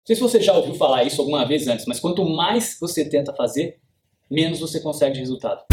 Não sei se você já ouviu falar isso alguma vez antes, mas quanto mais você tenta fazer, menos você consegue de resultado.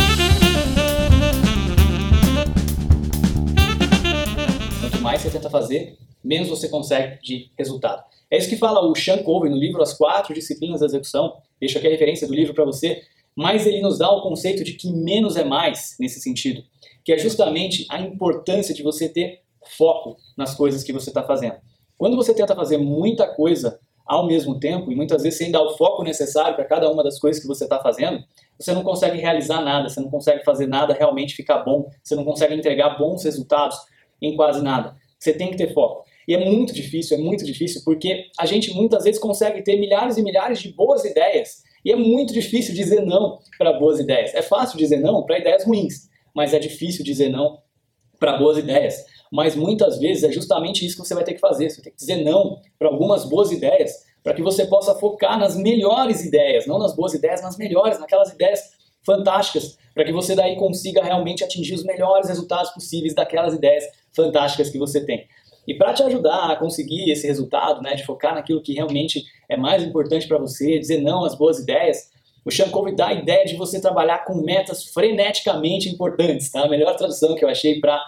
Quanto mais você tenta fazer, menos você consegue de resultado. É isso que fala o Sean Covey no livro As 4 Disciplinas da Execução. Deixo aqui a referência do livro para você. Mas ele nos dá o conceito de que menos é mais nesse sentido. Que é justamente a importância de você ter foco nas coisas que você está fazendo. Quando você tenta fazer muita coisa ao mesmo tempo, e muitas vezes sem dar o foco necessário para cada uma das coisas que você está fazendo, você não consegue realizar nada, você não consegue fazer nada realmente ficar bom, você não consegue entregar bons resultados em quase nada. Você tem que ter foco. E é muito difícil, porque a gente muitas vezes consegue ter milhares e milhares de boas ideias, e é muito difícil dizer não para boas ideias. É fácil dizer não para ideias ruins, mas é difícil dizer não para boas ideias. Mas muitas vezes é justamente isso que você vai ter que fazer. Você vai ter que dizer não para algumas boas ideias, para que você possa focar nas melhores ideias, não nas boas ideias, nas melhores, naquelas ideias fantásticas, para que você daí consiga realmente atingir os melhores resultados possíveis daquelas ideias fantásticas que você tem. E para te ajudar a conseguir esse resultado, né, de focar naquilo que realmente é mais importante para você, dizer não às boas ideias, o Sean Covey dá a ideia de você trabalhar com metas freneticamente importantes. Tá? A melhor tradução que eu achei para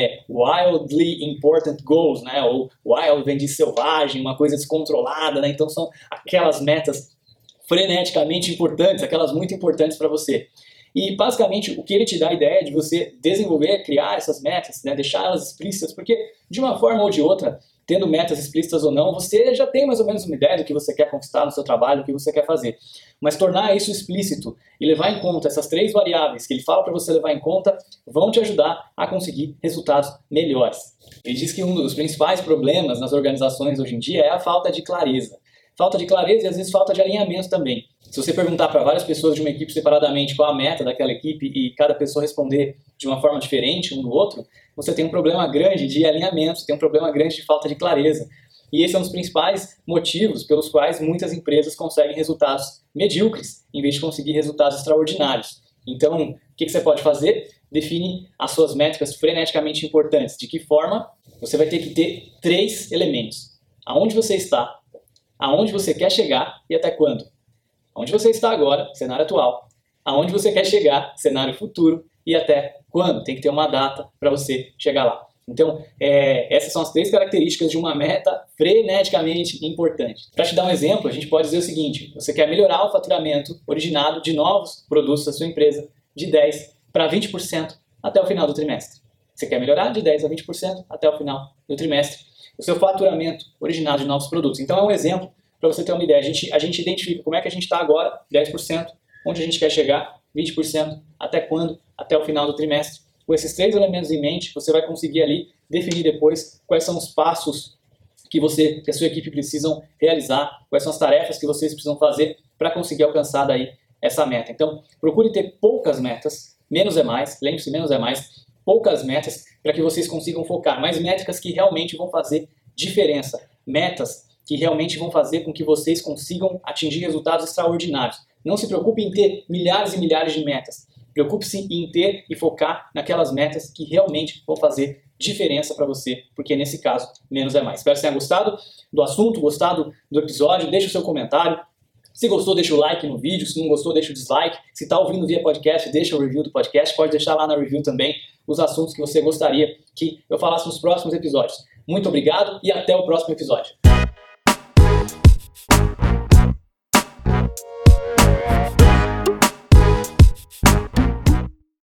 wildly important goals, né? Ou wild vem de selvagem, uma coisa descontrolada, né? Então são aquelas metas freneticamente importantes, aquelas muito importantes para você. E basicamente o que ele te dá a ideia é de você desenvolver, criar essas metas, né? Deixar elas explícitas, porque de uma forma ou de outra, tendo metas explícitas ou não, você já tem mais ou menos uma ideia do que você quer conquistar no seu trabalho, do que você quer fazer. Mas tornar isso explícito e levar em conta essas 3 variáveis que ele fala para você levar em conta, vão te ajudar a conseguir resultados melhores. Ele diz que um dos principais problemas nas organizações hoje em dia é a falta de clareza. Falta de clareza e às vezes falta de alinhamento também. Se você perguntar para várias pessoas de uma equipe separadamente qual a meta daquela equipe e cada pessoa responder de uma forma diferente um do outro, você tem um problema grande de alinhamento, você tem um problema grande de falta de clareza. E esse é um dos principais motivos pelos quais muitas empresas conseguem resultados medíocres, em vez de conseguir resultados extraordinários. Então, o que você pode fazer? Define as suas métricas freneticamente importantes. De que forma? Você vai ter que ter 3 elementos. Aonde você está, aonde você quer chegar e até quando. Onde você está agora, cenário atual, aonde você quer chegar, cenário futuro, e até quando. Tem que ter uma data para você chegar lá. Então, essas são as 3 características de uma meta freneticamente importante. Para te dar um exemplo, a gente pode dizer o seguinte: você quer melhorar o faturamento originado de novos produtos da sua empresa de 10% para 20% até o final do trimestre. Você quer melhorar de 10% a 20% até o final do trimestre o seu faturamento originado de novos produtos. Então, é um exemplo para você ter uma ideia. A gente identifica como é que a gente está agora, 10%, onde a gente quer chegar, 20%, até quando, até o final do trimestre. Com esses 3 elementos em mente, você vai conseguir ali definir depois quais são os passos que a sua equipe precisam realizar, quais são as tarefas que vocês precisam fazer para conseguir alcançar daí essa meta. Então, procure ter poucas metas, menos é mais, lembre-se, menos é mais, poucas metas para que vocês consigam focar, mais métricas que realmente vão fazer diferença, metas que realmente vão fazer com que vocês consigam atingir resultados extraordinários. Não se preocupe em ter milhares e milhares de metas. Preocupe-se em ter e focar naquelas metas que realmente vão fazer diferença para você, porque nesse caso, menos é mais. Espero que você tenha gostado do assunto, gostado do episódio. Deixa o seu comentário. Se gostou, deixa o like no vídeo. Se não gostou, deixa o dislike. Se está ouvindo via podcast, deixa o review do podcast. Pode deixar lá na review também os assuntos que você gostaria que eu falasse nos próximos episódios. Muito obrigado e até o próximo episódio.